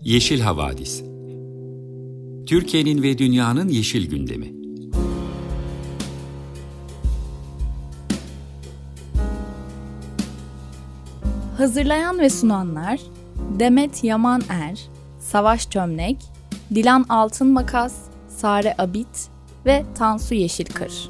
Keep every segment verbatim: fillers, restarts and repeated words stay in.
Yeşil Havadis. Türkiye'nin ve dünyanın yeşil gündemi. Hazırlayan ve sunanlar Demet Yaman Er, Savaş Çömlek, Dilan Altınmakas, Sare Abit ve Tansu Yeşilkır.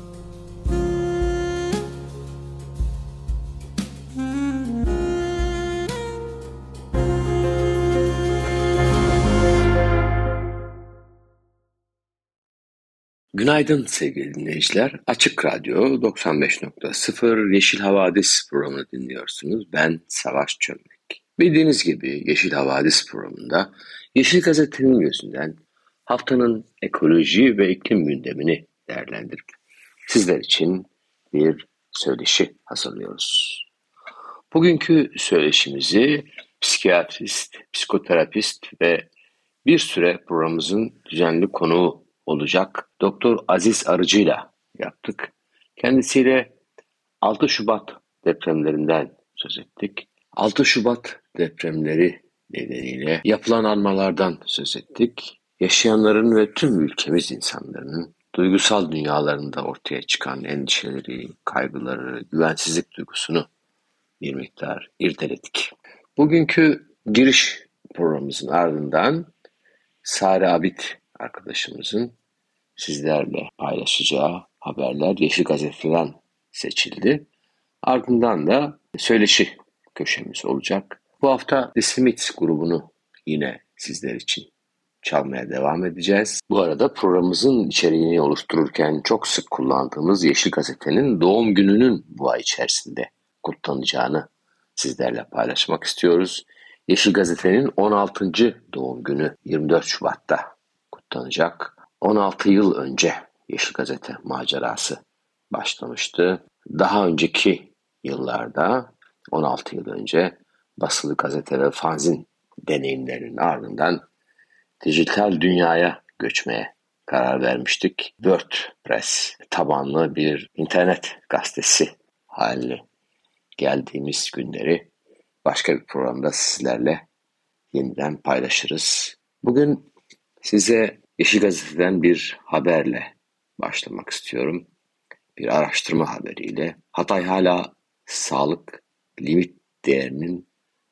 Günaydın sevgili dinleyiciler. Açık Radyo doksan beş nokta sıfır Yeşil Havadis programını dinliyorsunuz. Ben Savaş Çömlek. Bildiğiniz gibi Yeşil Havadis programında Yeşil Gazete'nin gözünden haftanın ekoloji ve iklim gündemini değerlendirip sizler için bir söyleşi hazırlıyoruz. Bugünkü söyleşimizi psikiyatrist, psikoterapist ve bir süre programımızın düzenli konuğu olacak Doktor Aziz Arıcı'yla yaptık. Kendisiyle altı Şubat depremlerinden söz ettik. altı Şubat depremleri nedeniyle yapılan anmalardan söz ettik. Yaşayanların ve tüm ülkemiz insanların duygusal dünyalarında ortaya çıkan endişeleri, kaygıları, güvensizlik duygusunu bir miktar irdeledik. Bugünkü giriş programımızın ardından Sare Abit arkadaşımızın sizlerle paylaşacağı haberler Yeşil Gazete'den seçildi. Ardından da söyleşi köşemiz olacak. Bu hafta The Smiths grubunu yine sizler için çalmaya devam edeceğiz. Bu arada programımızın içeriğini oluştururken çok sık kullandığımız Yeşil Gazete'nin doğum gününün bu ay içerisinde kutlanacağını sizlerle paylaşmak istiyoruz. Yeşil Gazete'nin on altıncı doğum günü yirmi dört Şubat'ta kutlanacak. on altı yıl önce Yeşil Gazete macerası başlamıştı. Daha önceki yıllarda on altı yıl önce basılı gazete ve fanzin deneyimlerinin ardından dijital dünyaya göçmeye karar vermiştik. WordPress tabanlı bir internet gazetesi haline geldiğimiz günleri başka bir programda sizlerle yeniden paylaşırız. Bugün size Yeşil Gazete'den bir haberle başlamak istiyorum. Bir araştırma haberiyle. Hatay hala sağlık limit değerinin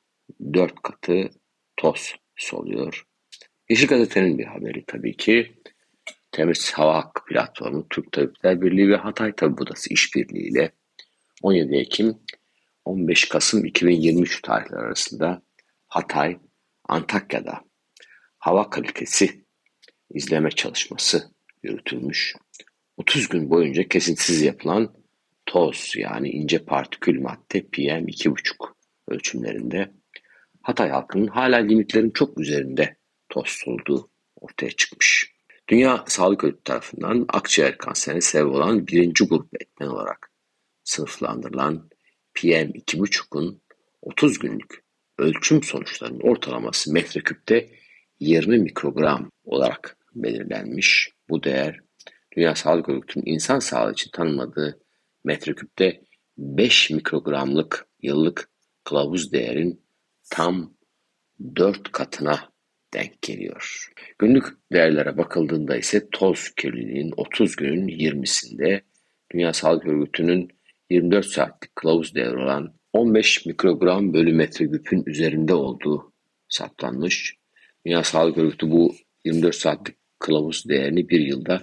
dört katı toz soluyor. Yeşil Gazete'nin bir haberi tabii ki. Temiz Hava Hakkı Platformu, Türk Tabipler Birliği ve Hatay Tabip Odası işbirliğiyle on yedi Ekim on beş Kasım iki bin yirmi üç tarihleri arasında Hatay, Antakya'da hava kalitesi izleme çalışması yürütülmüş. otuz gün boyunca kesintisiz yapılan toz yani ince partikül madde P M iki buçuk ölçümlerinde Hatay halkının hala limitlerin çok üzerinde toz soluduğu ortaya çıkmış. Dünya Sağlık Örgütü tarafından akciğer kanserine sebep olan birinci grup etmen olarak sınıflandırılan P M iki buçuk'un otuz günlük ölçüm sonuçlarının ortalaması metreküpte yirmi mikrogram olarak belirlenmiş. Bu değer Dünya Sağlık Örgütü'nün insan sağlığı için tanımladığı metreküpte beş mikrogramlık yıllık kılavuz değerin tam dört katına denk geliyor. Günlük değerlere bakıldığında ise toz kirliliğinin otuz günün yirmisinde Dünya Sağlık Örgütü'nün yirmi dört saatlik kılavuz değeri olan on beş mikrogram bölü metreküpün üzerinde olduğu saptanmış. Dünya Sağlık Örgütü bu yirmi dört saatlik kılavuz değerini bir yılda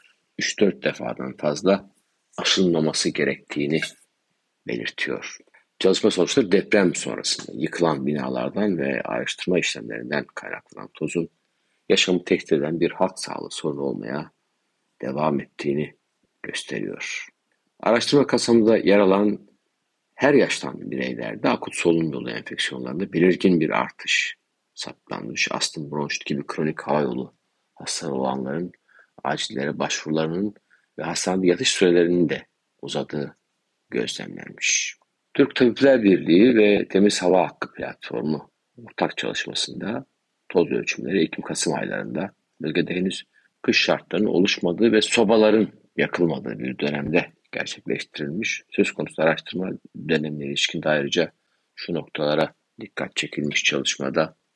üç dört defadan fazla aşılmaması gerektiğini belirtiyor. Çalışma sonuçları deprem sonrasında yıkılan binalardan ve araştırma işlemlerinden kaynaklanan tozun yaşamı tehdit eden bir halk sağlığı sorunu olmaya devam ettiğini gösteriyor. Araştırma kapsamında yer alan her yaştan bireylerde akut solunum yolu enfeksiyonlarında belirgin bir artış saptanmış. Astım, bronşit gibi kronik hava yolu hastalığı olanların acillere başvurularının ve hastanede yatış sürelerinin de uzadığı gözlemlenmiş. Türk Tabipler Birliği ve Temiz Hava Hakkı Platformu ortak çalışmasında toz ölçümleri Ekim-Kasım aylarında bölgede henüz kış şartlarının oluşmadığı ve sobaların yakılmadığı bir dönemde gerçekleştirilmiş. Söz konusu araştırma dönemine ilişkin de ayrıca şu noktalara dikkat çekilmiş çalışmada.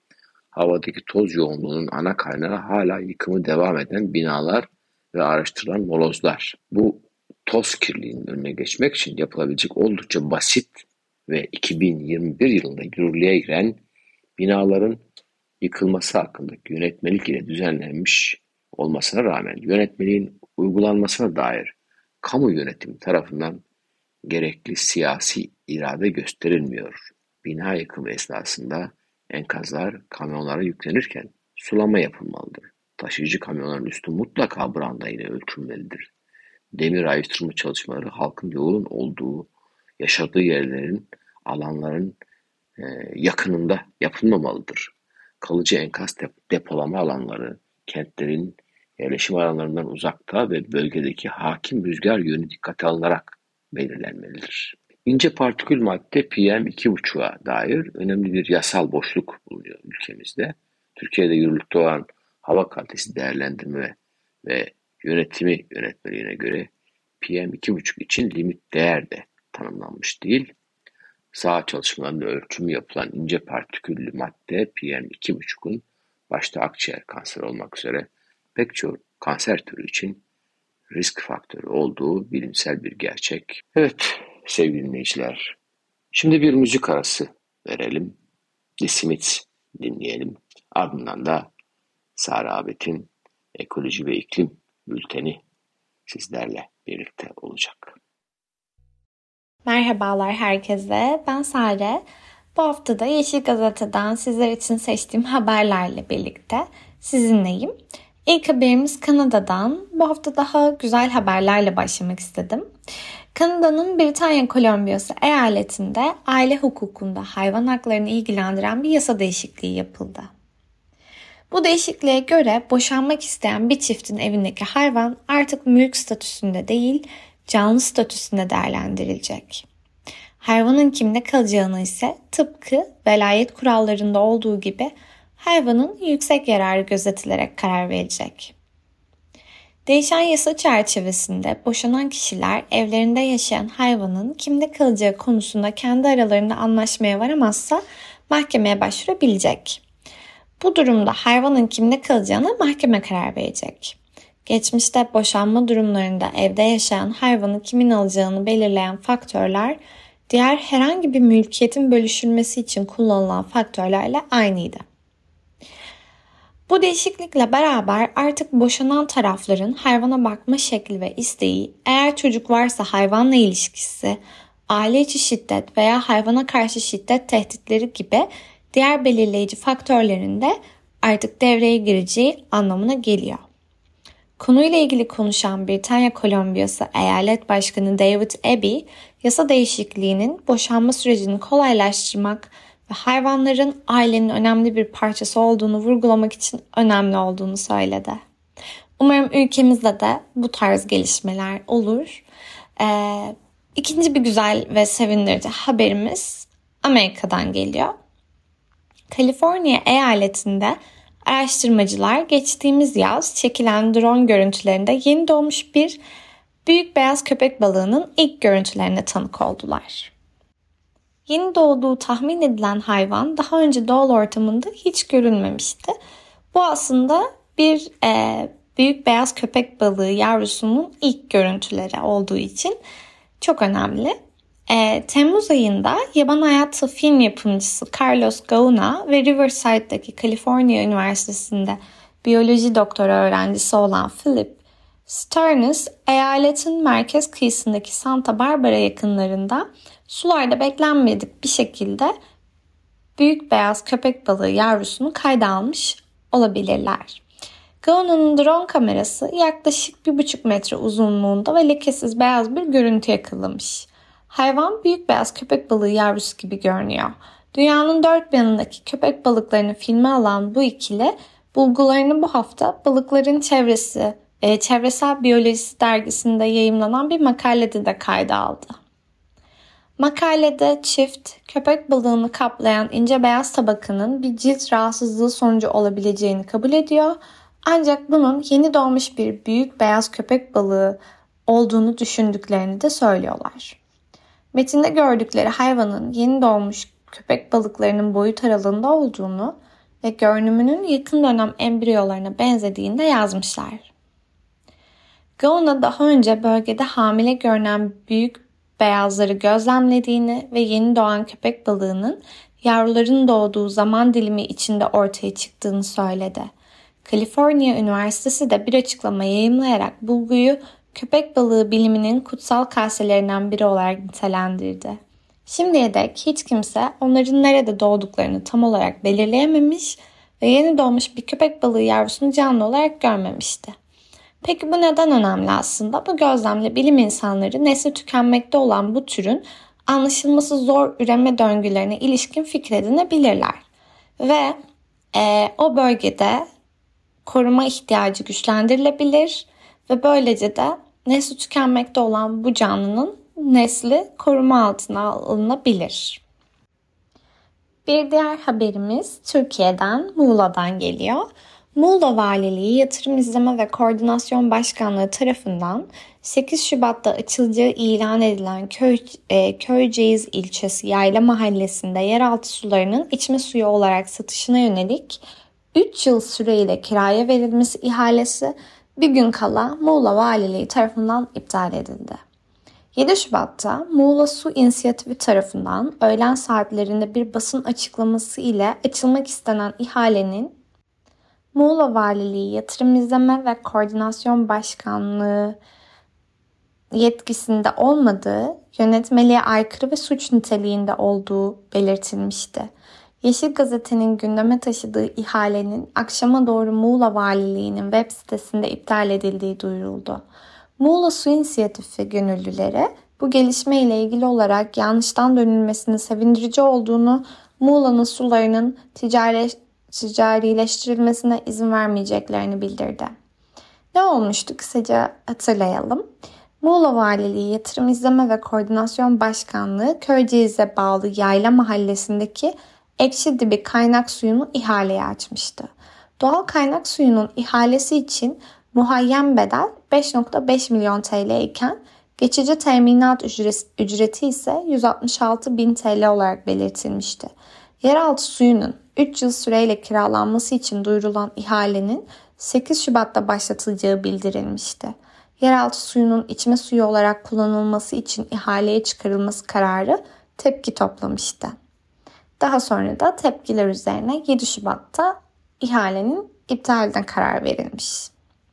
havadaki toz yoğunluğunun ana kaynağı hala yıkımı devam eden binalar ve araştırılan molozlar. Bu toz kirliliğinin önüne geçmek için yapılabilecek oldukça basit ve iki bin yirmi bir yılında yürürlüğe giren binaların yıkılması hakkındaki yönetmelik ile düzenlenmiş olmasına rağmen yönetmeliğin uygulanmasına dair kamu yönetimi tarafından gerekli siyasi irade gösterilmiyor. Bina yıkımı esnasında enkazlar kamyonlara yüklenirken sulama yapılmalıdır. Taşıyıcı kamyonların üstü mutlaka branda ile ölçülmelidir. Demir ayrıştırma çalışmaları halkın yoğun olduğu, yaşadığı yerlerin, alanların e, yakınında yapılmamalıdır. Kalıcı enkaz depolama alanları, kentlerin yerleşim alanlarından uzakta ve bölgedeki hakim rüzgar yönü dikkate alınarak belirlenmelidir. İnce partikül madde P M iki buçuğa dair önemli bir yasal boşluk bulunuyor ülkemizde. Türkiye'de yürürlükte olan hava kalitesi değerlendirme ve yönetimi yönetmeliğine göre P M iki buçuk için limit değer de tanımlanmış değil. Saha çalışmalarında ölçümü yapılan ince partiküllü madde P M iki buçuk'un başta akciğer kanseri olmak üzere pek çok kanser türü için risk faktörü olduğu bilimsel bir gerçek. Evet sevgili dinleyiciler, şimdi bir müzik arası verelim. The Smiths dinleyelim. Ardından da Sare Abit'in Ekoloji ve İklim Bülteni sizlerle birlikte olacak. Merhabalar herkese, ben Sare. Bu hafta da Yeşil Gazete'den sizler için seçtiğim haberlerle birlikte sizinleyim. İlk haberimiz Kanada'dan. Bu hafta daha güzel haberlerle başlamak istedim. Kanada'nın Britanya Kolombiyası eyaletinde aile hukukunda hayvan haklarını ilgilendiren bir yasa değişikliği yapıldı. Bu değişikliğe göre boşanmak isteyen bir çiftin evindeki hayvan artık mülk statüsünde değil, canlı statüsünde değerlendirilecek. Hayvanın kimde kalacağını ise tıpkı velayet kurallarında olduğu gibi hayvanın yüksek yararı gözetilerek karar verecek. Değişen yasa çerçevesinde boşanan kişiler evlerinde yaşayan hayvanın kimde kalacağı konusunda kendi aralarında anlaşmaya varamazsa mahkemeye başvurabilecek. Bu durumda hayvanın kimde kalacağına mahkeme karar verecek. Geçmişte boşanma durumlarında evde yaşayan hayvanı kimin alacağını belirleyen faktörler diğer herhangi bir mülkiyetin bölüşülmesi için kullanılan faktörlerle aynıydı. Bu değişiklikle beraber artık boşanan tarafların hayvana bakma şekli ve isteği, eğer çocuk varsa hayvanla ilişkisi, aile içi şiddet veya hayvana karşı şiddet tehditleri gibi diğer belirleyici faktörlerin de artık devreye gireceği anlamına geliyor. Konuyla ilgili konuşan Britanya Kolombiyası Eyalet Başkanı David Abbey, yasa değişikliğinin boşanma sürecini kolaylaştırmak ve hayvanların ailenin önemli bir parçası olduğunu vurgulamak için önemli olduğunu söyledi. Umarım ülkemizde de bu tarz gelişmeler olur. Ee, ikinci bir güzel ve sevindirici haberimiz Amerika'dan geliyor. Kaliforniya eyaletinde araştırmacılar geçtiğimiz yaz çekilen drone görüntülerinde yeni doğmuş bir büyük beyaz köpek balığının ilk görüntülerine tanık oldular. Yeni doğduğu tahmin edilen hayvan daha önce doğal ortamında hiç görülmemişti. Bu aslında bir e, büyük beyaz köpek balığı yavrusunun ilk görüntüleri olduğu için çok önemli. E, Temmuz ayında yaban hayatı film yapımcısı Carlos Gauna ve Riverside'daki Kaliforniya Üniversitesi'nde biyoloji doktora öğrencisi olan Philip Stearns, eyaletin merkez kıyısındaki Santa Barbara yakınlarında sularda beklenmedik bir şekilde büyük beyaz köpek balığı yavrusunu kayda almış olabilirler. Gauna'nın drone kamerası yaklaşık bir buçuk metre uzunluğunda ve lekesiz beyaz bir görüntü yakalamış. Hayvan büyük beyaz köpek balığı yavrusu gibi görünüyor. Dünyanın dört bir yanındaki köpek balıklarını filme alan bu ikili bulgularını bu hafta Balıkların Çevresi, e, Çevresel Biyolojisi dergisinde yayımlanan bir makalede de kayda aldı. Makalede çift köpek balığını kaplayan ince beyaz tabakanın bir cilt rahatsızlığı sonucu olabileceğini kabul ediyor. Ancak bunun yeni doğmuş bir büyük beyaz köpek balığı olduğunu düşündüklerini de söylüyorlar. Metinde gördükleri hayvanın yeni doğmuş köpek balıklarının boyut aralığında olduğunu, ve görünümünün yakın dönem embriyolarına benzediğini de yazmışlar. Gaona daha önce bölgede hamile görünen büyük beyazları gözlemlediğini ve yeni doğan köpek balığının yavruların doğduğu zaman dilimi içinde ortaya çıktığını söyledi. Kaliforniya Üniversitesi de bir açıklama yayımlayarak bulguyu köpek balığı biliminin kutsal kaselerinden biri olarak nitelendirdi. Şimdiye dek hiç kimse onların nerede doğduklarını tam olarak belirleyememiş ve yeni doğmuş bir köpek balığı yavrusunu canlı olarak görmemişti. Peki bu neden önemli aslında? Bu gözlemle bilim insanları nesli tükenmekte olan bu türün anlaşılması zor üreme döngülerine ilişkin fikir edinebilirler. Ve e, o bölgede koruma ihtiyacı güçlendirilebilir ve böylece de nesli tükenmekte olan bu canlının nesli koruma altına alınabilir. Bir diğer haberimiz Türkiye'den, Muğla'dan geliyor. Muğla Valiliği Yatırım İzleme ve Koordinasyon Başkanlığı tarafından sekiz Şubat'ta açılacağı ilan edilen Köy, e, Köyceğiz ilçesi Yayla Mahallesi'nde yeraltı sularının içme suyu olarak satışına yönelik üç yıl süreyle kiraya verilmesi ihalesi bir gün kala Muğla Valiliği tarafından iptal edildi. yedi Şubat'ta Muğla Su İnisiyatifi tarafından öğlen saatlerinde bir basın açıklaması ile açılmak istenen ihalenin Muğla Valiliği Yatırım İzleme ve Koordinasyon Başkanlığı yetkisinde olmadığı, yönetmeliğe aykırı ve suç niteliğinde olduğu belirtilmişti. Yeşil Gazete'nin gündeme taşıdığı ihalenin akşama doğru Muğla Valiliği'nin web sitesinde iptal edildiği duyuruldu. Muğla Su İnisiyatifi gönüllüleri bu gelişme ile ilgili olarak yanlıştan dönülmesinin sevindirici olduğunu, Muğla'nın sularının ticari, ticarileştirilmesine izin vermeyeceklerini bildirdi. Ne olmuştu kısaca hatırlayalım. Muğla Valiliği Yatırım İzleme ve Koordinasyon Başkanlığı Köyceğiz'e bağlı Yayla Mahallesi'ndeki Ekşidibi kaynak suyunu ihaleye açmıştı. Doğal kaynak suyunun ihalesi için muayyen bedel beş virgül beş milyon T L iken geçici teminat ücreti ise yüz altmış altı bin T L olarak belirtilmişti. Yeraltı suyunun üç yıl süreyle kiralanması için duyurulan ihalenin sekiz Şubat'ta başlatılacağı bildirilmişti. Yeraltı suyunun içme suyu olarak kullanılması için ihaleye çıkarılması kararı tepki toplamıştı. Daha sonra da tepkiler üzerine yedi Şubat'ta ihalenin iptaline karar verilmiş.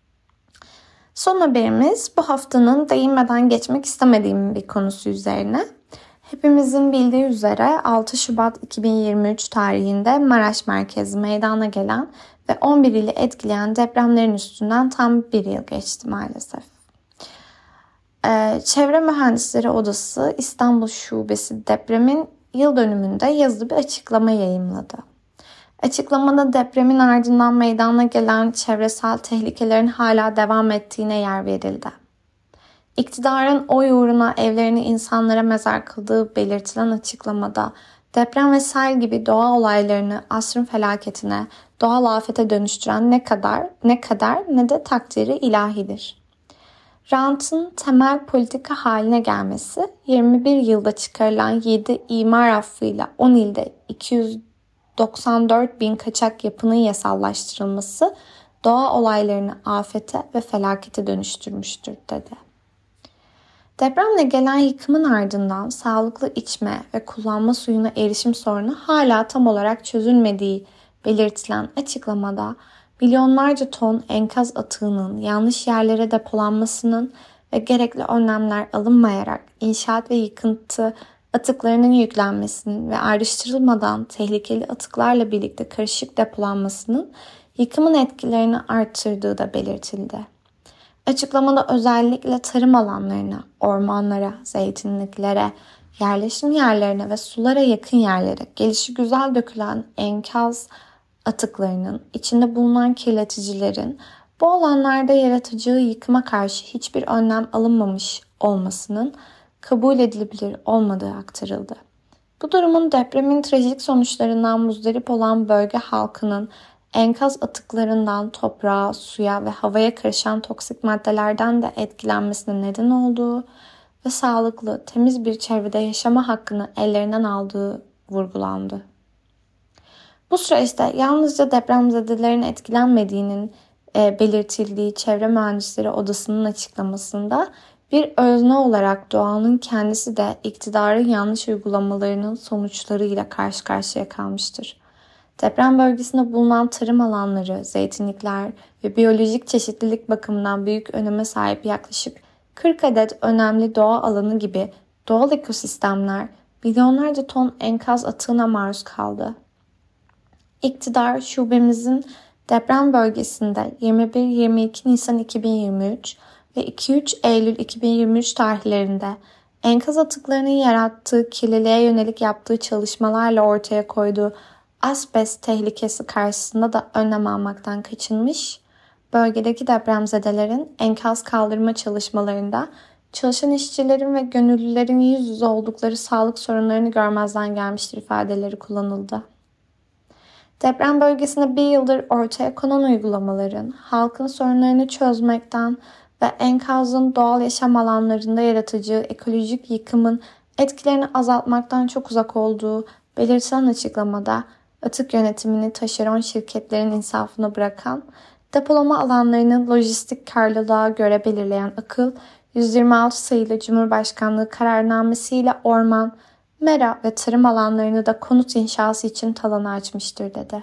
Son haberimiz bu haftanın değinmeden geçmek istemediğim bir konusu üzerine. Hepimizin bildiği üzere altı Şubat iki bin yirmi üç tarihinde Maraş merkezli meydana gelen ve on bir ili etkileyen depremlerin üstünden tam bir yıl geçti maalesef. Ee, Çevre Mühendisleri Odası İstanbul Şubesi depremin yıl dönümünde yazılı bir açıklama yayımladı. Açıklamada depremin ardından meydana gelen çevresel tehlikelerin hala devam ettiğine yer verildi. İktidarın oy uğruna evlerini insanlara mezar kıldığı belirtilen açıklamada deprem ve sel gibi doğa olaylarını asrın felaketine, doğal afete dönüştüren ne kadar ne kadar ne de takdiri ilahidir. Rantın temel politika haline gelmesi, yirmi bir yılda çıkarılan yedi imar affıyla on ilde iki yüz doksan dört bin kaçak yapının yasallaştırılması doğa olaylarını afete ve felakete dönüştürmüştür dedi. Depremle gelen yıkımın ardından sağlıklı içme ve kullanma suyuna erişim sorunu hala tam olarak çözülmediği belirtilen açıklamada milyonlarca ton enkaz atığının yanlış yerlere depolanmasının ve gerekli önlemler alınmayarak inşaat ve yıkıntı atıklarının yüklenmesinin ve ayrıştırılmadan tehlikeli atıklarla birlikte karışık depolanmasının yıkımın etkilerini arttırdığı da belirtildi. Açıklamada özellikle tarım alanlarına, ormanlara, zeytinliklere, yerleşim yerlerine ve sulara yakın yerlere gelişigüzel dökülen enkaz atıklarının, içinde bulunan kirleticilerin bu alanlarda yaratacağı yıkıma karşı hiçbir önlem alınmamış olmasının kabul edilebilir olmadığı aktarıldı. Bu durumun depremin trajik sonuçlarından muzdarip olan bölge halkının enkaz atıklarından toprağa, suya ve havaya karışan toksik maddelerden de etkilenmesine neden olduğu ve sağlıklı, temiz bir çevrede yaşama hakkını ellerinden aldığı vurgulandı. Bu süreçte yalnızca depremzedelerin etkilenmediğinin e, belirtildiği Çevre Mühendisleri Odası'nın açıklamasında bir özne olarak doğanın kendisi de iktidarın yanlış uygulamalarının sonuçlarıyla karşı karşıya kalmıştır. Deprem bölgesinde bulunan tarım alanları, zeytinlikler ve biyolojik çeşitlilik bakımından büyük öneme sahip yaklaşık kırk adet önemli doğa alanı gibi doğal ekosistemler milyonlarca ton enkaz atığına maruz kaldı. İktidar şubemizin deprem bölgesinde yirmi bir yirmi iki Nisan iki bin yirmi üç ve iki üç Eylül iki bin yirmi üç tarihlerinde enkaz atıklarının yarattığı kirliliğe yönelik yaptığı çalışmalarla ortaya koyduğu asbest tehlikesi karşısında da önlem almaktan kaçınmış, bölgedeki depremzedelerin enkaz kaldırma çalışmalarında çalışan işçilerin ve gönüllülerin yüz yüze oldukları sağlık sorunlarını görmezden gelmiştir ifadeleri kullanıldı. Deprem bölgesinde bir yıldır ortaya konan uygulamaların halkın sorunlarını çözmekten ve enkazın doğal yaşam alanlarında yaratıcı ekolojik yıkımın etkilerini azaltmaktan çok uzak olduğu belirtilen açıklamada atık yönetimini taşeron şirketlerin insafına bırakan, depolama alanlarının lojistik karlılığa göre belirleyen akıl, yüz yirmi altı sayılı Cumhurbaşkanlığı kararnamesiyle orman, mera ve tarım alanlarını da konut inşası için talanı açmıştır dedi.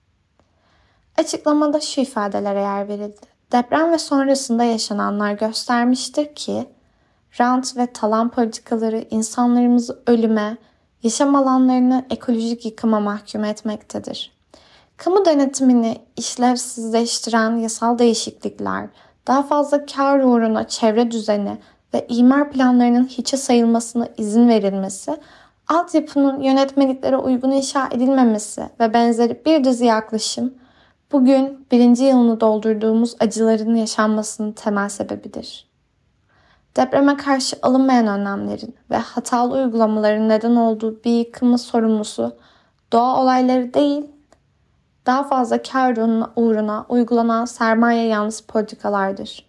Açıklamada şu ifadelere yer verildi. Deprem ve sonrasında yaşananlar göstermiştir ki, rant ve talan politikaları insanlarımızı ölüme, yaşam alanlarını ekolojik yıkıma mahkum etmektedir. Kamu denetimini işlevsizleştiren yasal değişiklikler, daha fazla kar uğruna çevre düzeni ve imar planlarının hiçe sayılmasına izin verilmesi, altyapının yönetmeliklere uygun inşa edilmemesi ve benzeri bir dizi yaklaşım, bugün birinci yılını doldurduğumuz acıların yaşanmasının temel sebebidir. Depreme karşı alınmayan önlemlerin ve hatalı uygulamaların neden olduğu bir yıkımın sorumlusu doğa olayları değil, daha fazla kar uğruna uygulanan sermaye yanlısı politikalardır.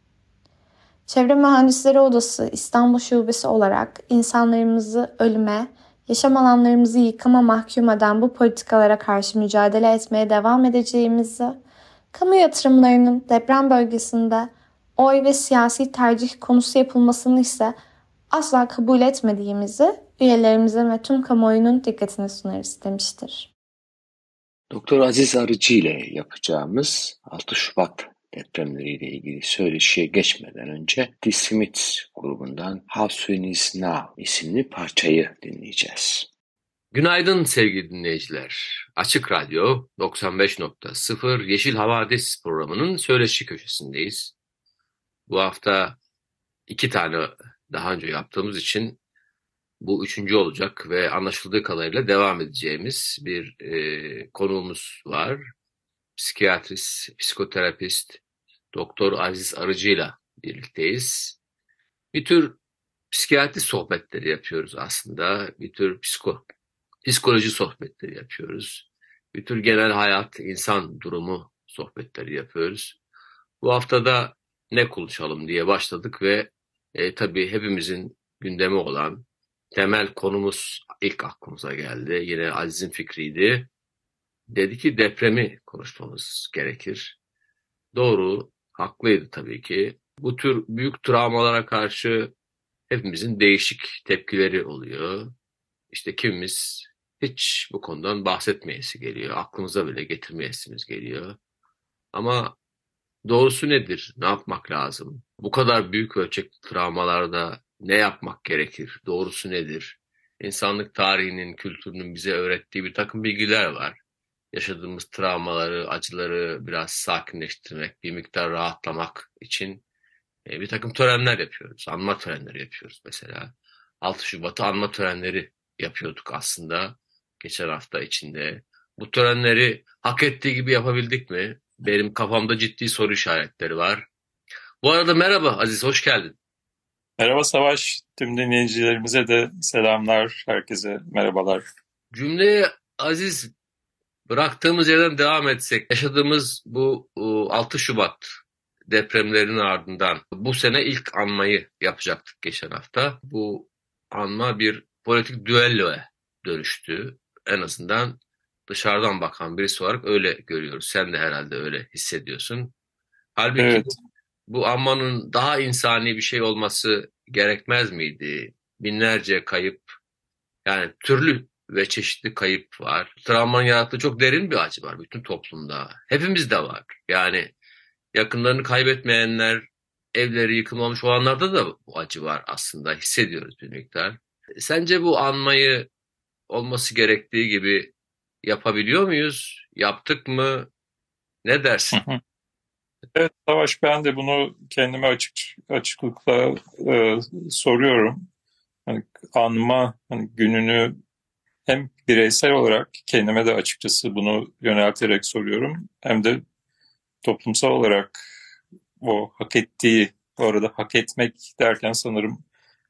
Çevre Mühendisleri Odası İstanbul Şubesi olarak insanlarımızı ölüme, yaşam alanlarımızı yıkıma mahkum eden bu politikalara karşı mücadele etmeye devam edeceğimizi, kamu yatırımlarının deprem bölgesinde oy ve siyasi tercih konusu yapılmasını ise asla kabul etmediğimizi üyelerimizin ve tüm kamuoyunun dikkatine sunarız demiştir. Doktor Aziz Arıcı ile yapacağımız altı Şubat depremleriyle ilgili söyleşiye geçmeden önce The Smiths grubundan How Soon Is Now isimli parçayı dinleyeceğiz. Günaydın sevgili dinleyiciler. Açık Radyo doksan beş nokta sıfır Yeşil Havadis programının söyleşi köşesindeyiz. Bu hafta iki tane daha önce yaptığımız için bu üçüncü olacak ve anlaşıldığı kadarıyla devam edeceğimiz bir e, konuğumuz var. Psikiyatrist, psikoterapist, Doktor Aziz Arıcı ile birlikteyiz. Bir tür psikiyatri sohbetleri yapıyoruz aslında. Bir tür psiko, psikoloji sohbetleri yapıyoruz. Bir tür genel hayat, insan durumu sohbetleri yapıyoruz. Bu haftada ne konuşalım diye başladık ve e, tabii hepimizin gündemi olan temel konumuz ilk aklımıza geldi. Yine Aziz'in fikriydi. Dedi ki depremi konuşmamız gerekir. Doğru, haklıydı tabii ki. Bu tür büyük travmalara karşı hepimizin değişik tepkileri oluyor. İşte kimimiz hiç bu konudan bahsetmeyesi geliyor. Aklımıza bile getirmeyesimiz geliyor. Ama doğrusu nedir? Ne yapmak lazım? Bu kadar büyük ölçekli travmalarda ne yapmak gerekir? Doğrusu nedir? İnsanlık tarihinin, kültürünün bize öğrettiği bir takım bilgiler var. Yaşadığımız travmaları, acıları biraz sakinleştirmek, bir miktar rahatlamak için bir takım törenler yapıyoruz. Anma törenleri yapıyoruz mesela. altı Şubat'ı anma törenleri yapıyorduk aslında geçen hafta içinde. Bu törenleri hak ettiği gibi yapabildik mi? Benim kafamda ciddi soru işaretleri var. Bu arada merhaba Aziz, hoş geldin. Merhaba Savaş, tüm dinleyicilerimize de selamlar, herkese merhabalar. Cümleye Aziz bıraktığımız yerden devam etsek, yaşadığımız bu altı Şubat depremlerinin ardından bu sene ilk anmayı yapacaktık geçen hafta. Bu anma bir politik düelloya dönüştü. En azından dışarıdan bakan birisi olarak öyle görüyoruz. Sen de herhalde öyle hissediyorsun. Halbuki Evet. bu anmanın daha insani bir şey olması gerekmez miydi? Binlerce kayıp, yani türlü ve çeşitli kayıp var. Travmanın yarattığı çok derin bir acı var bütün toplumda. Hepimizde var. Yani yakınlarını kaybetmeyenler, evleri yıkılmamış olanlarda da bu acı var aslında. Hissediyoruz bir miktar. Sence bu anmayı olması gerektiği gibi yapabiliyor muyuz? Yaptık mı? Ne Hı dersin? hı. Evet Savaş, ben de bunu kendime açık açıklıkla e, soruyorum. Hani anma hani gününü hem bireysel olarak kendime de açıkçası bunu yönelterek soruyorum. Hem de toplumsal olarak o hak ettiği, bu arada hak etmek derken sanırım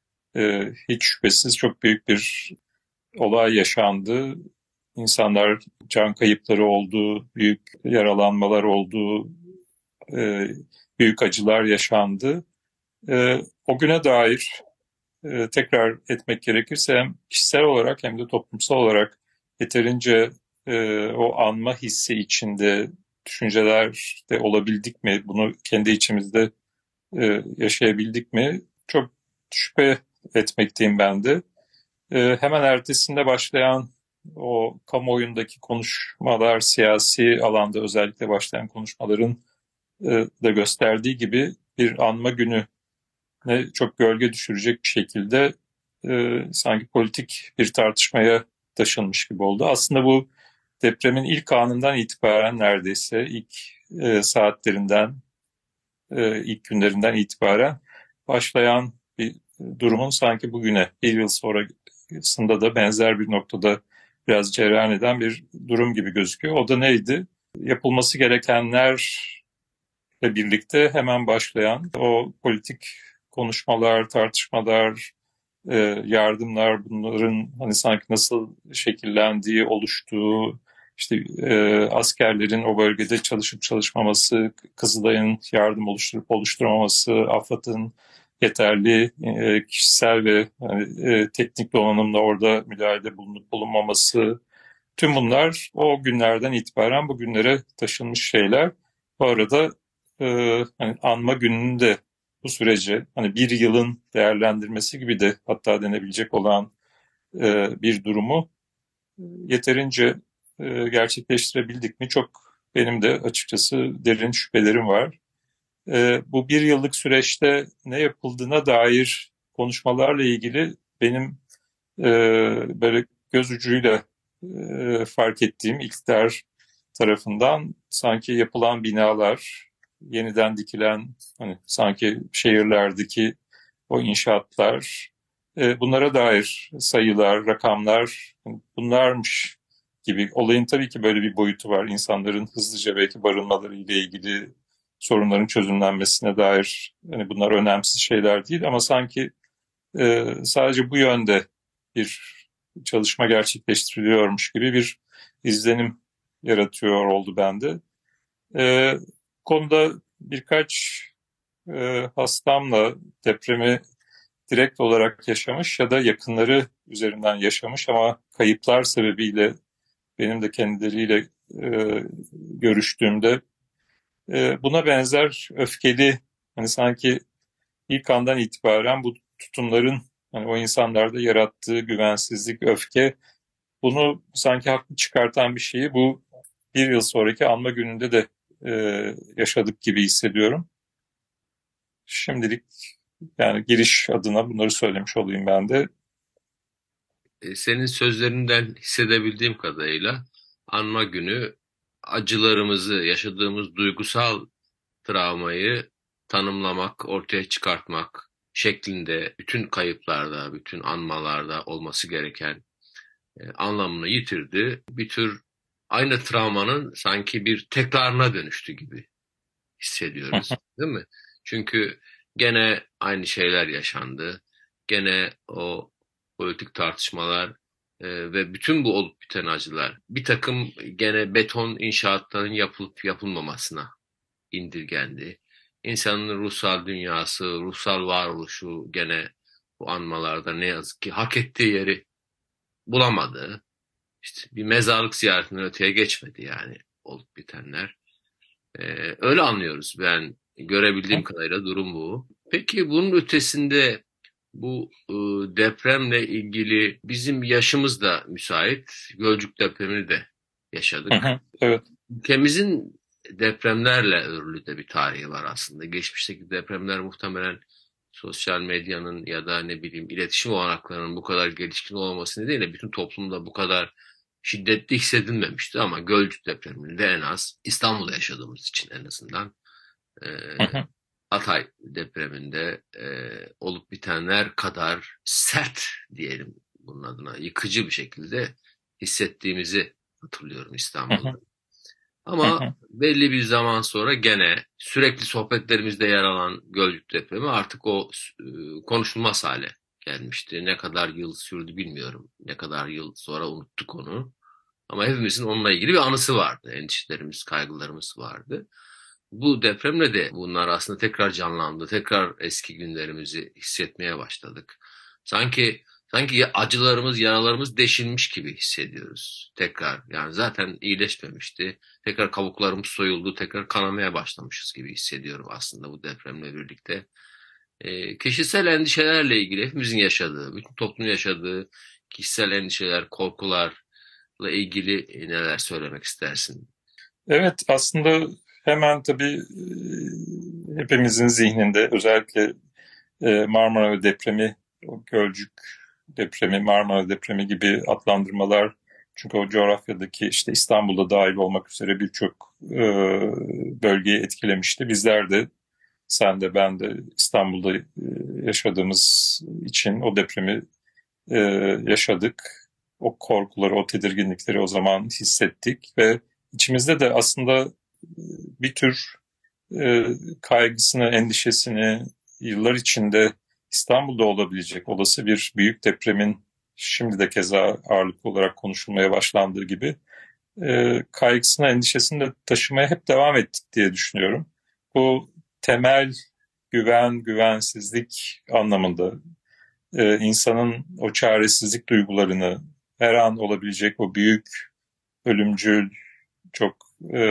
e, hiç şüphesiz çok büyük bir olay yaşandı. İnsanlar can kayıpları oldu, büyük yaralanmalar oldu, e, büyük acılar yaşandı. E, o güne dair e, tekrar etmek gerekirse hem kişisel olarak hem de toplumsal olarak yeterince e, o anma hissi içinde düşünceler de olabildik mi? Bunu kendi içimizde e, yaşayabildik mi? Çok şüphe etmekteyim ben de. E, hemen ertesinde başlayan o kamuoyundaki konuşmalar, siyasi alanda özellikle başlayan konuşmaların e, da gösterdiği gibi bir anma günü ne çok gölge düşürecek bir şekilde e, sanki politik bir tartışmaya taşınmış gibi oldu. Aslında bu depremin ilk anından itibaren neredeyse ilk e, saatlerinden, e, ilk günlerinden itibaren başlayan bir durumun sanki bugüne bir yıl sonrasında da benzer bir noktada biraz cereyan eden bir durum gibi gözüküyor. O da neydi? Yapılması gerekenlerle birlikte hemen başlayan o politik konuşmalar, tartışmalar, e, yardımlar, bunların hani sanki nasıl şekillendiği, oluştuğu, işte e, askerlerin o bölgede çalışıp çalışmaması, Kızılay'ın yardım oluşturup oluşturamaması, AFAD'ın yeterli e, kişisel ve hani, e, teknik donanımla orada müdahalede bulunup bulunmaması, tüm bunlar o günlerden itibaren bugünlere taşınmış şeyler. Bu arada e, hani anma gününde bu sürece hani bir yılın değerlendirmesi gibi de hatta denebilecek olan e, bir durumu yeterince e, gerçekleştirebildik mi? Çok benim de açıkçası derin şüphelerim var. E, bu bir yıllık süreçte ne yapıldığına dair konuşmalarla ilgili benim e, böyle göz ucuyla e, fark ettiğim iktidar tarafından sanki yapılan binalar, yeniden dikilen hani sanki şehirlerdeki o inşaatlar, e, bunlara dair sayılar, rakamlar bunlarmış gibi. Olayın tabii ki böyle bir boyutu var. İnsanların hızlıca belki barınmaları ile ilgili sorunların çözümlenmesine dair hani bunlar önemsiz şeyler değil ama sanki e, sadece bu yönde bir çalışma gerçekleştiriliyormuş gibi bir izlenim yaratıyor oldu bende. E, konuda birkaç e, hastamla depremi direkt olarak yaşamış ya da yakınları üzerinden yaşamış ama kayıplar sebebiyle benim de kendileriyle e, görüştüğümde e, buna benzer öfkeli hani sanki ilk andan itibaren bu tutumların hani o insanlarda yarattığı güvensizlik, öfke bunu sanki haklı çıkartan bir şeyi bu bir yıl sonraki anma gününde de e, yaşadık gibi hissediyorum. Şimdilik yani giriş adına bunları söylemiş olayım ben de. E, Senin sözlerinden hissedebildiğim kadarıyla anma günü acılarımızı, yaşadığımız duygusal travmayı tanımlamak, ortaya çıkartmak şeklinde bütün kayıplarda, bütün anmalarda olması gereken e, anlamını yitirdi. Bir tür aynı travmanın sanki bir tekrarına dönüştü gibi hissediyoruz, değil mi? Çünkü gene aynı şeyler yaşandı. Gene o politik tartışmalar e, ve bütün bu olup biten acılar bir takım gene beton inşaatların yapılıp yapılmamasına indirgendi. İnsanın ruhsal dünyası, ruhsal varoluşu gene bu anmalarda ne yazık ki hak ettiği yeri bulamadı. işte bir mezarlık ziyaretinden öteye geçmedi yani olup bitenler. Ee, öyle anlıyoruz. Ben görebildiğim kadarıyla durum bu. Peki bunun ötesinde bu e, depremle ilgili bizim yaşımız da müsait. Gölcük depremini de yaşadık. Hı hı, evet. Ülkemizin depremlerle örülü de bir tarihi var aslında. Geçmişteki depremler muhtemelen sosyal medyanın ya da ne bileyim iletişim olanaklarının bu kadar gelişkin olmaması nedeniyle bütün toplumda bu kadar şiddetli hissedilmemişti ama Gölcük depreminde en az İstanbul'da yaşadığımız için en azından e, Hı hı. Hatay depreminde e, olup bitenler kadar sert diyelim bunun adına yıkıcı bir şekilde hissettiğimizi hatırlıyorum İstanbul'da. Hı hı. Ama Hı hı. belli bir zaman sonra gene sürekli sohbetlerimizde yer alan Gölcük depremi artık o e, konuşulmaz hale gelmişti. Ne kadar yıl sürdü bilmiyorum. Ne kadar yıl sonra unuttuk onu. Ama hepimizin onunla ilgili bir anısı vardı. Endişelerimiz, kaygılarımız vardı. Bu depremle de bunlar aslında tekrar canlandı. Tekrar eski günlerimizi hissetmeye başladık. Sanki sanki acılarımız, yaralarımız deşilmiş gibi hissediyoruz. Tekrar yani zaten iyileşmemişti. Tekrar kabuklarımız soyuldu. Tekrar kanamaya başlamışız gibi hissediyorum aslında bu depremle birlikte. E, kişisel endişelerle ilgili hepimizin yaşadığı, bütün toplumun yaşadığı kişisel endişeler, korkularla ilgili neler söylemek istersin? Evet, aslında hemen tabii e, hepimizin zihninde özellikle e, Marmara depremi, o Gölcük depremi, Marmara depremi gibi adlandırmalar, çünkü o coğrafyadaki işte İstanbul'da dahil olmak üzere birçok e, bölgeyi etkilemişti. Bizler de, sen de ben de İstanbul'da e, yaşadığımız için o depremi e, yaşadık. O korkuları, o tedirginlikleri o zaman hissettik ve içimizde de aslında bir tür e, kaygısını, endişesini yıllar içinde İstanbul'da olabilecek olası bir büyük depremin şimdi de keza ağırlıklı olarak konuşulmaya başlandığı gibi e, kaygısını, endişesini de taşımaya hep devam ettik diye düşünüyorum. Bu temel güven, güvensizlik anlamında e, insanın o çaresizlik duygularını, her an olabilecek o büyük, ölümcül, çok e,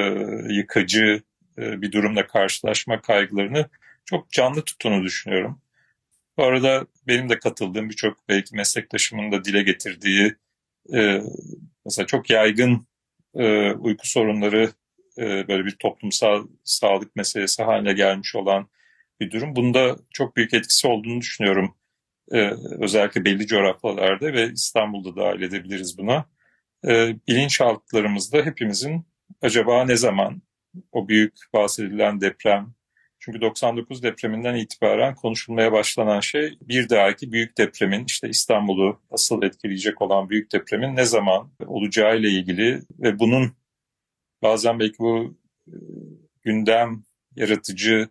yıkıcı e, bir durumla karşılaşma kaygılarını çok canlı tuttuğunu düşünüyorum. Bu arada benim de katıldığım birçok belki meslektaşımın da dile getirdiği e, mesela çok yaygın e, uyku sorunları e, böyle bir toplumsal sağlık meselesi haline gelmiş olan bir durum. Bunda çok büyük etkisi olduğunu düşünüyorum. Ee, özellikle belli coğrafyalarda ve İstanbul'da dahil edebiliriz buna. Ee, bilinçaltlarımızda hepimizin acaba ne zaman o büyük bahsedilen deprem, çünkü doksan dokuz depreminden itibaren konuşulmaya başlanan şey bir dahaki büyük depremin, işte İstanbul'u asıl etkileyecek olan büyük depremin ne zaman olacağı ile ilgili ve bunun bazen belki bu e, gündem yaratıcı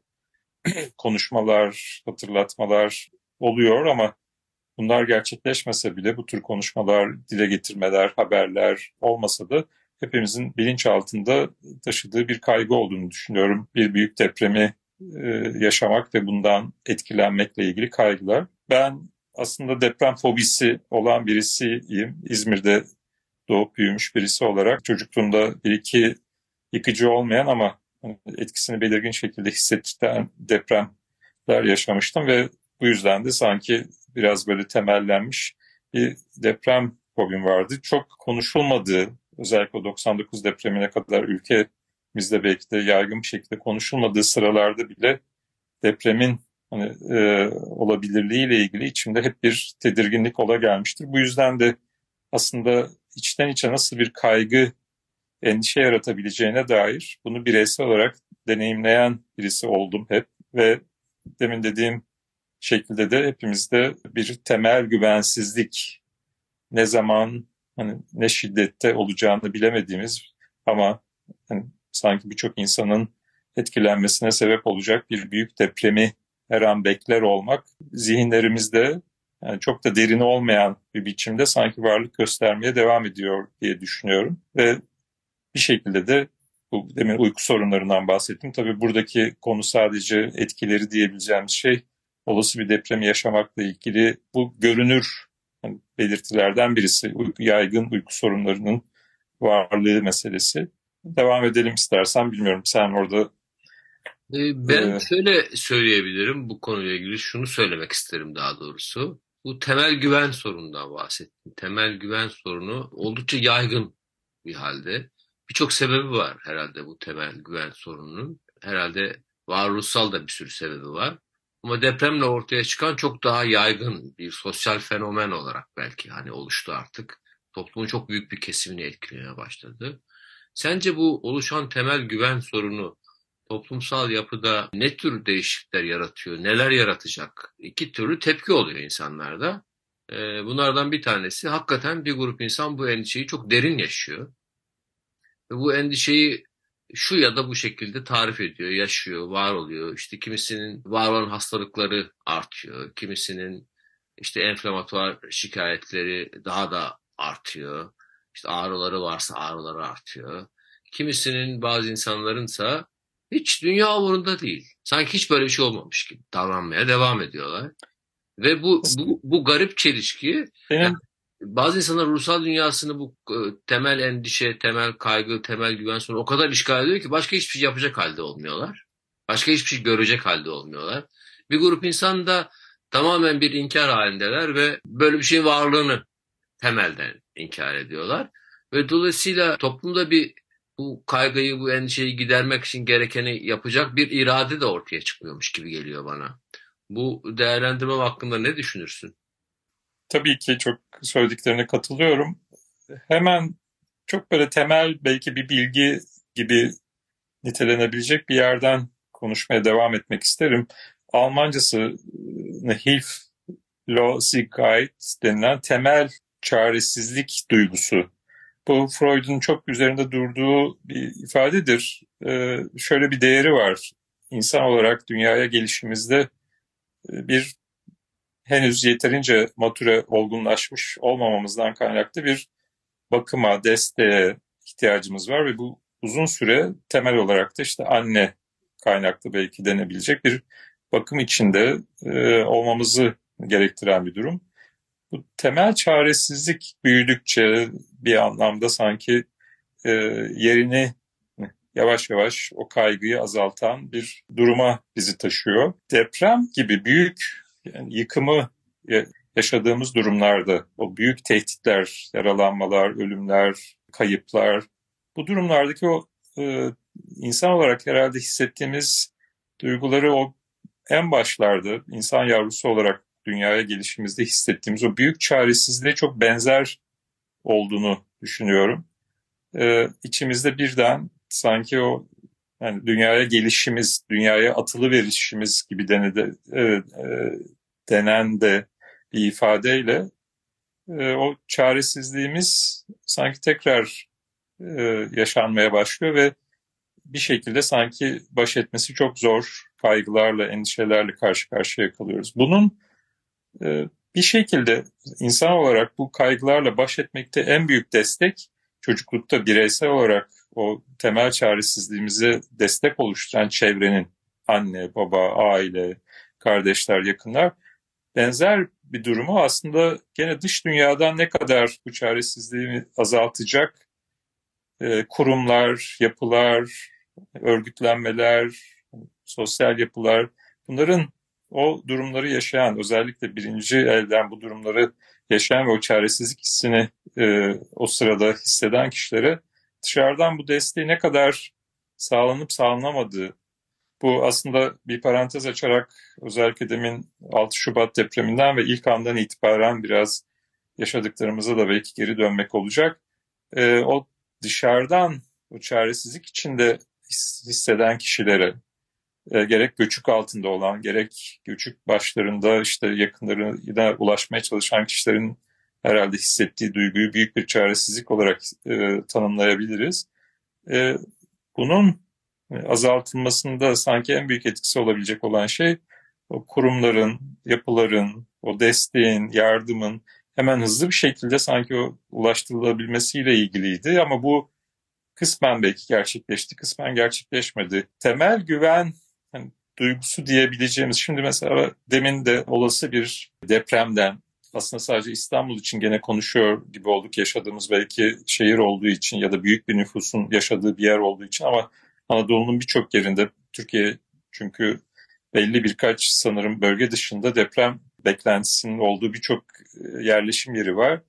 konuşmalar, hatırlatmalar oluyor ama bunlar gerçekleşmese bile bu tür konuşmalar, dile getirmeler, haberler olmasa da hepimizin bilinçaltında taşıdığı bir kaygı olduğunu düşünüyorum. Bir büyük depremi e, yaşamak ve bundan etkilenmekle ilgili kaygılar. Ben aslında deprem fobisi olan birisiyim. İzmir'de doğup büyümüş birisi olarak çocukluğumda bir iki yıkıcı olmayan ama etkisini belirgin şekilde hissettiren depremler yaşamıştım ve bu yüzden de sanki biraz böyle temellenmiş bir deprem fobim vardı. Çok konuşulmadığı, özellikle doksan dokuz depremine kadar ülkemizde belki de yaygın bir şekilde konuşulmadığı sıralarda bile depremin hani, e, olabilirliğiyle ilgili içimde hep bir tedirginlik ola gelmiştir. Bu yüzden de aslında içten içe nasıl bir kaygı, endişe yaratabileceğine dair bunu bireysel olarak deneyimleyen birisi oldum hep ve demin dediğim şekilde de hepimizde bir temel güvensizlik, ne zaman, hani ne şiddette olacağını bilemediğimiz ama hani sanki birçok insanın etkilenmesine sebep olacak bir büyük depremi her an bekler olmak zihinlerimizde yani çok da derin olmayan bir biçimde sanki varlık göstermeye devam ediyor diye düşünüyorum ve bir şekilde de bu demin uyku sorunlarından bahsettim. Tabii buradaki konu sadece etkileri diyebileceğimiz şey olası bir depremi yaşamakla ilgili bu görünür, yani belirtilerden birisi. Yaygın uyku sorunlarının varlığı meselesi. Devam edelim istersen, bilmiyorum sen orada. Ben ee, şöyle söyleyebilirim bu konuyla ilgili, şunu söylemek isterim daha doğrusu. Bu temel güven sorunundan bahsettim. Temel güven sorunu oldukça yaygın bir halde. Birçok sebebi var herhalde bu temel güven sorununun. Herhalde varoluşsal da bir sürü sebebi var. Ama depremle ortaya çıkan çok daha yaygın bir sosyal fenomen olarak belki hani oluştu artık. Toplumun çok büyük bir kesimini etkilemeye başladı. Sence bu oluşan temel güven sorunu toplumsal yapıda ne tür değişiklikler yaratıyor, neler yaratacak? İki türlü tepki oluyor insanlarda. Ee, bunlardan bir tanesi, hakikaten bir grup insan bu endişeyi çok derin yaşıyor. Ve bu endişeyi şu ya da bu şekilde tarif ediyor, yaşıyor, var oluyor. İşte kimisinin var olan hastalıkları artıyor, kimisinin işte enflamatuar şikayetleri daha da artıyor. İşte ağrıları varsa ağrıları artıyor. Kimisinin, bazı insanlarınsa hiç dünya umurunda değil. Sanki hiç böyle bir şey olmamış gibi davranmaya devam ediyorlar. Ve bu bu, bu garip çelişki, yani bazı insanlar ruhsal dünyasını bu temel endişe, temel kaygı, temel güven sorunu o kadar işgal ediyor ki başka hiçbir şey yapacak halde olmuyorlar. Başka hiçbir şey görecek halde olmuyorlar. Bir grup insan da tamamen bir inkar halindeler ve böyle bir şeyin varlığını temelden inkar ediyorlar. Ve dolayısıyla toplumda bir bu kaygıyı, bu endişeyi gidermek için gerekeni yapacak bir irade de ortaya çıkmıyormuş gibi geliyor bana. Bu değerlendirme hakkında ne düşünürsün? Tabii ki çok söylediklerine katılıyorum. Hemen çok böyle temel belki bir bilgi gibi nitelenebilecek bir yerden konuşmaya devam etmek isterim. Almancası Hilflosigkeit denilen temel çaresizlik duygusu. Bu Freud'un çok üzerinde durduğu bir ifadedir. Ee, şöyle bir değeri var. İnsan olarak dünyaya gelişimizde bir henüz yeterince matüre, olgunlaşmış olmamamızdan kaynaklı bir bakıma, desteğe ihtiyacımız var ve bu uzun süre temel olarak da işte anne kaynaklı belki denebilecek bir bakım içinde e, olmamızı gerektiren bir durum. Bu temel çaresizlik büyüdükçe bir anlamda sanki e, yerini yavaş yavaş o kaygıyı azaltan bir duruma bizi taşıyor. Deprem gibi büyük, yani yıkımı yaşadığımız durumlarda o büyük tehditler, yaralanmalar, ölümler, kayıplar, bu durumlardaki o e, insan olarak herhalde hissettiğimiz duyguları o en başlarda insan yavrusu olarak dünyaya gelişimizde hissettiğimiz o büyük çaresizliğe çok benzer olduğunu düşünüyorum. Ee, içimizde birden sanki o yani dünyaya gelişimiz, dünyaya atılı verişimiz gibi denede, e, e, denen de bir ifadeyle e, o çaresizliğimiz sanki tekrar e, yaşanmaya başlıyor ve bir şekilde sanki baş etmesi çok zor kaygılarla, endişelerle karşı karşıya kalıyoruz. Bunun e, bir şekilde insan olarak bu kaygılarla baş etmekte en büyük destek, çocuklukta bireysel olarak o temel çaresizliğimize destek oluşturan çevrenin, anne, baba, aile, kardeşler, yakınlar, benzer bir durumu aslında gene dış dünyadan ne kadar bu çaresizliği azaltacak e, kurumlar, yapılar, örgütlenmeler, sosyal yapılar, bunların o durumları yaşayan, özellikle birinci elden bu durumları yaşayan ve o çaresizlik hissini e, o sırada hisseden kişilere dışarıdan bu desteği ne kadar sağlanıp sağlanamadığı, bu aslında bir parantez açarak özellikle demin altı Şubat depreminden ve ilk andan itibaren biraz yaşadıklarımıza da belki geri dönmek olacak. E, o dışarıdan o çaresizlik içinde hisseden kişilere, e, gerek göçük altında olan, gerek göçük başlarında işte yakınlarına ulaşmaya çalışan kişilerin herhalde hissettiği duyguyu büyük bir çaresizlik olarak e, tanımlayabiliriz. E, bunun azaltılmasında sanki en büyük etkisi olabilecek olan şey o kurumların, yapıların, o desteğin, yardımın hemen hızlı bir şekilde sanki o ulaştırılabilmesiyle ilgiliydi ama bu kısmen belki gerçekleşti, kısmen gerçekleşmedi. Temel güven yani, duygusu diyebileceğimiz, şimdi mesela demin de olası bir depremden, aslında sadece İstanbul için gene konuşuyor gibi olduk, yaşadığımız belki şehir olduğu için ya da büyük bir nüfusun yaşadığı bir yer olduğu için, ama Anadolu'nun birçok yerinde, Türkiye çünkü belli birkaç sanırım bölge dışında deprem beklentisinin olduğu birçok yerleşim yeri var.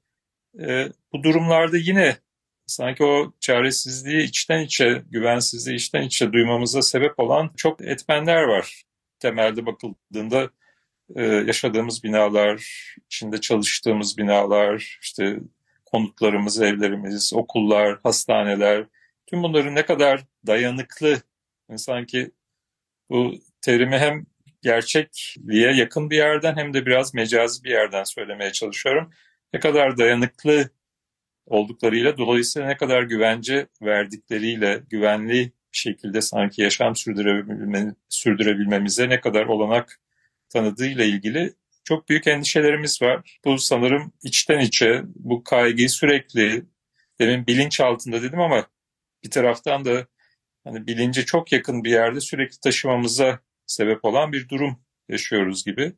E, bu durumlarda yine sanki o çaresizliği içten içe, güvensizliği içten içe duymamıza sebep olan çok etmenler var. Temelde bakıldığında e, yaşadığımız binalar, içinde çalıştığımız binalar, işte konutlarımız, evlerimiz, okullar, hastaneler, tüm bunların ne kadar dayanıklı, yani sanki bu terimi hem gerçekliğe yakın bir yerden hem de biraz mecazi bir yerden söylemeye çalışıyorum. Ne kadar dayanıklı olduklarıyla, dolayısıyla ne kadar güvence verdikleriyle, güvenli bir şekilde sanki yaşam sürdürebilme, sürdürebilmemize ne kadar olanak tanıdığıyla ilgili çok büyük endişelerimiz var. Bu sanırım içten içe bu kaygıyı sürekli, demin bilinç altında dedim ama bir taraftan da hani bilince çok yakın bir yerde sürekli taşımamıza sebep olan bir durum yaşıyoruz gibi.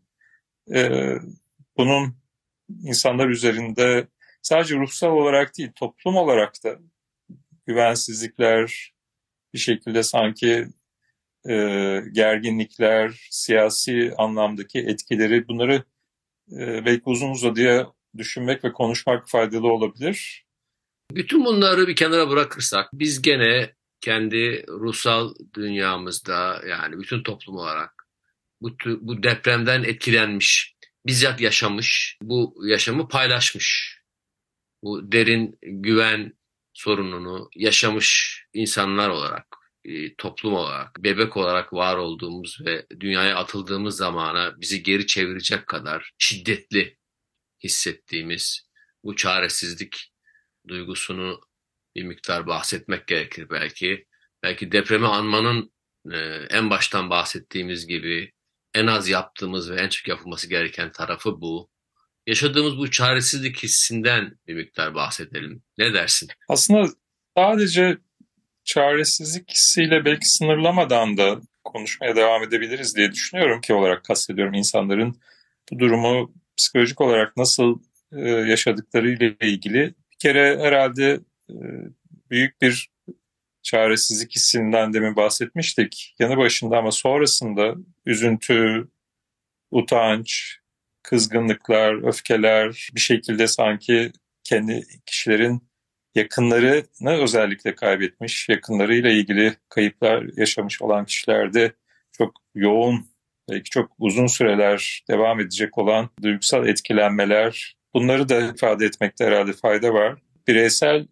Ee, bunun insanlar üzerinde sadece ruhsal olarak değil, toplum olarak da güvensizlikler, bir şekilde sanki e, gerginlikler, siyasi anlamdaki etkileri, bunları e, belki uzun uzadıya düşünmek ve konuşmak faydalı olabilir. Bütün bunları bir kenara bırakırsak biz gene kendi ruhsal dünyamızda, yani bütün toplum olarak bu, bu depremden etkilenmiş, bizzat yaşamış, bu yaşamı paylaşmış, bu derin güven sorununu yaşamış insanlar olarak, e, toplum olarak, bebek olarak var olduğumuz ve dünyaya atıldığımız zamana bizi geri çevirecek kadar şiddetli hissettiğimiz bu çaresizlik duygusunu bir miktar bahsetmek gerekir belki. Belki depremi anmanın e, en baştan bahsettiğimiz gibi en az yaptığımız ve en çok yapılması gereken tarafı bu. Yaşadığımız bu çaresizlik hissinden bir miktar bahsedelim. Ne dersin? Aslında sadece çaresizlik hissiyle belki sınırlamadan da konuşmaya devam edebiliriz diye düşünüyorum ki olarak kastediyorum insanların bu durumu psikolojik olarak nasıl e, yaşadıklarıyla ilgili. Bir kere herhalde e, büyük bir çaresizlik hissinden demin bahsetmiştik. Yanı başında ama sonrasında üzüntü, utanç, kızgınlıklar, öfkeler, bir şekilde sanki kendi kişilerin yakınlarını özellikle kaybetmiş, yakınlarıyla ilgili kayıplar yaşamış olan kişilerde çok yoğun, belki çok uzun süreler devam edecek olan duygusal etkilenmeler, bunları da ifade etmekte herhalde fayda var. Bireysel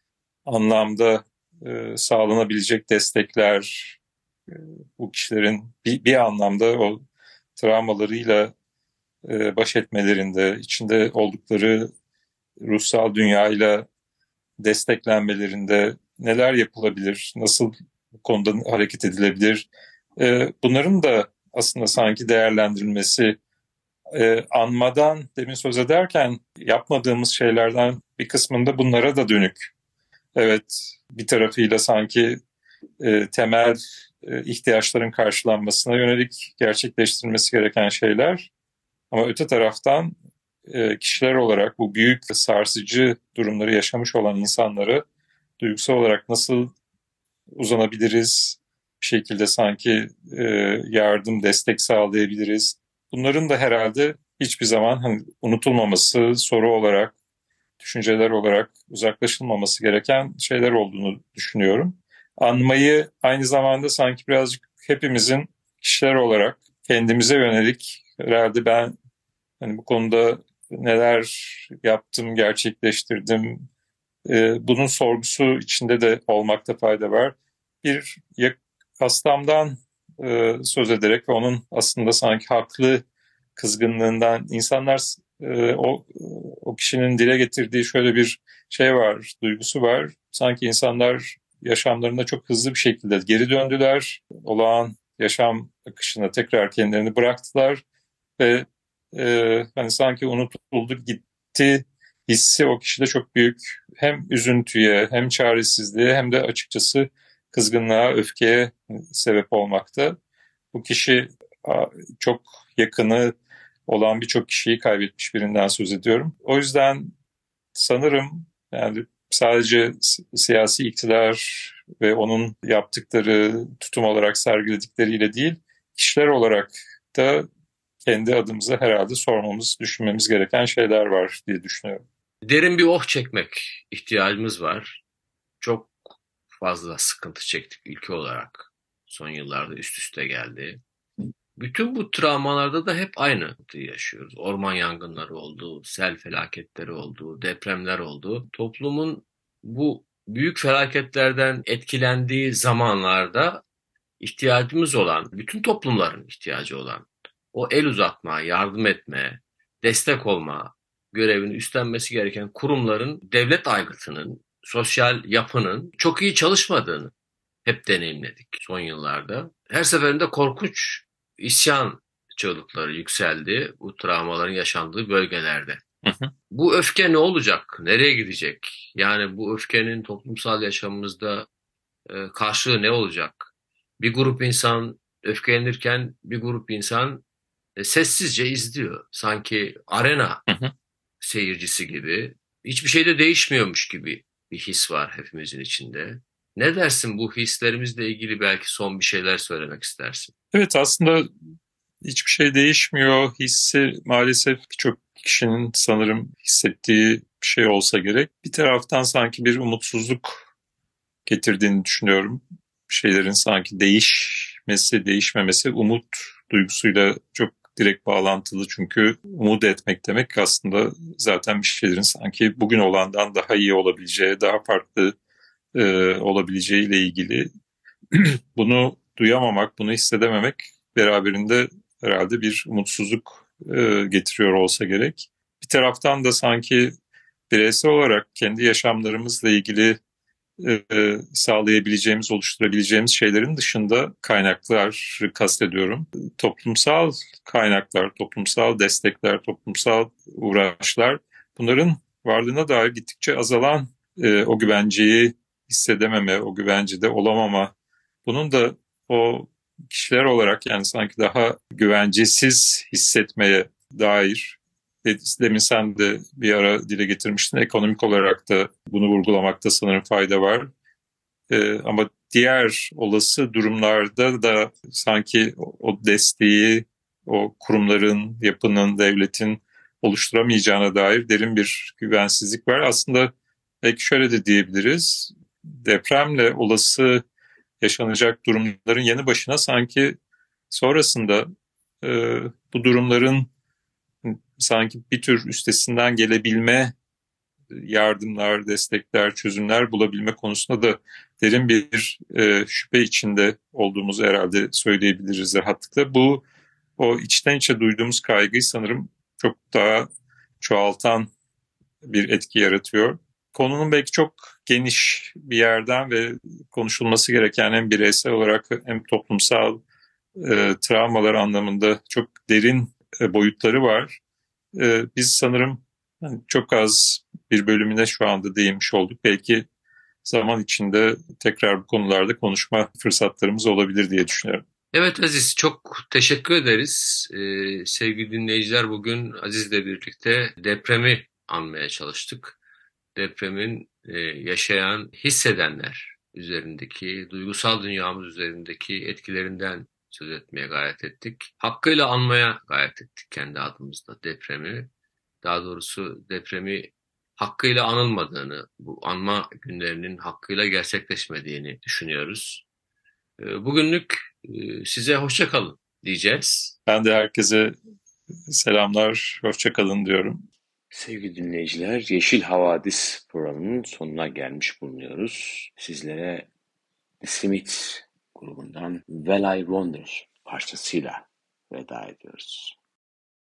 anlamda e, sağlanabilecek destekler, e, bu kişilerin bir, bir anlamda o travmalarıyla e, baş etmelerinde, içinde oldukları ruhsal dünyayla desteklenmelerinde neler yapılabilir, nasıl bu konuda hareket edilebilir? E, bunların da aslında sanki değerlendirilmesi, e, anmadan demin söz ederken yapmadığımız şeylerden bir kısmında bunlara da dönük. Evet, bir tarafıyla sanki e, temel e, ihtiyaçların karşılanmasına yönelik gerçekleştirilmesi gereken şeyler. Ama öte taraftan e, kişiler olarak bu büyük sarsıcı durumları yaşamış olan insanları duygusal olarak nasıl uzanabiliriz, bir şekilde sanki e, yardım, destek sağlayabiliriz. Bunların da herhalde hiçbir zaman hani, unutulmaması, soru olarak, düşünceler olarak uzaklaşılmaması gereken şeyler olduğunu düşünüyorum. Anmayı aynı zamanda sanki birazcık hepimizin kişiler olarak kendimize yönelik, herhalde ben hani bu konuda neler yaptım, gerçekleştirdim, e, bunun sorgusu içinde de olmakta fayda var. Bir hastamdan e, söz ederek ve onun aslında sanki haklı kızgınlığından, insanlar e, o o kişinin dile getirdiği şöyle bir şey var, duygusu var. Sanki insanlar yaşamlarında çok hızlı bir şekilde geri döndüler, olağan yaşam akışına tekrar kendilerini bıraktılar ve e, hani sanki unutuldu gitti hissi o kişide çok büyük hem üzüntüye hem çaresizliğe hem de açıkçası kızgınlığa, öfkeye sebep olmakta. Bu kişi çok yakını olan birçok kişiyi kaybetmiş birinden söz ediyorum. O yüzden sanırım yani sadece siyasi iktidar ve onun yaptıkları, tutum olarak sergiledikleriyle değil, kişiler olarak da kendi adımıza herhalde sormamız, düşünmemiz gereken şeyler var diye düşünüyorum. Derin bir oh çekmek ihtiyacımız var. Çok fazla sıkıntı çektik ülke olarak. Son yıllarda üst üste geldi. Bütün bu travmalarda da hep aynı yaşıyoruz. Orman yangınları oldu, sel felaketleri oldu, depremler oldu. Toplumun bu büyük felaketlerden etkilendiği zamanlarda ihtiyacımız olan, bütün toplumların ihtiyacı olan o el uzatma, yardım etme, destek olma görevini üstlenmesi gereken kurumların devlet aygıtının, sosyal yapının çok iyi çalışmadığını hep deneyimledik son yıllarda. Her seferinde korkunç isyan çığlıkları yükseldi bu travmaların yaşandığı bölgelerde. Hı hı. Bu öfke ne olacak? Nereye gidecek? Yani bu öfkenin toplumsal yaşamımızda e, karşılığı ne olacak? Bir grup insan öfkelenirken bir grup insan e, sessizce izliyor. Sanki arena Hı hı. seyircisi gibi. Hiçbir şey de değişmiyormuş gibi bir his var hepimizin içinde. Ne dersin, bu hislerimizle ilgili belki son bir şeyler söylemek istersin? Evet, aslında hiçbir şey değişmiyor hissi maalesef birçok kişinin sanırım hissettiği bir şey olsa gerek. Bir taraftan sanki bir umutsuzluk getirdiğini düşünüyorum. Bir şeylerin sanki değişmesi, değişmemesi umut duygusuyla çok direkt bağlantılı. Çünkü umut etmek demek aslında zaten bir şeylerin sanki bugün olandan daha iyi olabileceği, daha farklı e, olabileceğiyle ilgili. Bunu duyamamak, bunu hissedememek beraberinde herhalde bir umutsuzluk e, getiriyor olsa gerek. Bir taraftan da sanki bireysel olarak kendi yaşamlarımızla ilgili e, sağlayabileceğimiz, oluşturabileceğimiz şeylerin dışında kaynakları kastediyorum. Toplumsal kaynaklar, toplumsal destekler, toplumsal uğraşlar, bunların varlığına dair gittikçe azalan e, o güvenceyi hissedememe, o güvencede olamama, bunun da o kişiler olarak yani sanki daha güvencesiz hissetmeye dair, demin sen de bir ara dile getirmiştin, ekonomik olarak da bunu vurgulamakta sanırım fayda var. Ee, ama diğer olası durumlarda da sanki o desteği o kurumların, yapının, devletin oluşturamayacağına dair derin bir güvensizlik var. Aslında belki şöyle de diyebiliriz, depremle olası yaşanacak durumların yanı başına sanki sonrasında e, bu durumların sanki bir tür üstesinden gelebilme, yardımlar, destekler, çözümler bulabilme konusunda da derin bir e, şüphe içinde olduğumuzu herhalde söyleyebiliriz rahatlıkla. Bu o içten içe duyduğumuz kaygıyı sanırım çok daha çoğaltan bir etki yaratıyor. Konunun belki çok geniş bir yerden ve konuşulması gereken hem bireysel olarak hem toplumsal e, travmalar anlamında çok derin e, boyutları var. E, biz sanırım yani çok az bir bölümüne şu anda değinmiş olduk. Belki zaman içinde tekrar bu konularda konuşma fırsatlarımız olabilir diye düşünüyorum. Evet Aziz, çok teşekkür ederiz. Ee, sevgili dinleyiciler, bugün Aziz'le birlikte depremi anmaya çalıştık. Depremin e, yaşayan, hissedenler üzerindeki, duygusal dünyamız üzerindeki etkilerinden söz etmeye gayret ettik. Hakkıyla anmaya gayret ettik kendi adımızda depremi. Daha doğrusu depremi hakkıyla anılmadığını, bu anma günlerinin hakkıyla gerçekleşmediğini düşünüyoruz. Bugünlük size hoşça kalın diyeceğiz. Ben de herkese selamlar, hoşça kalın diyorum. Sevgili dinleyiciler, Yeşil Havadis programının sonuna gelmiş bulunuyoruz. Sizlere The Smiths grubundan Well I Wonder parçasıyla veda ediyoruz.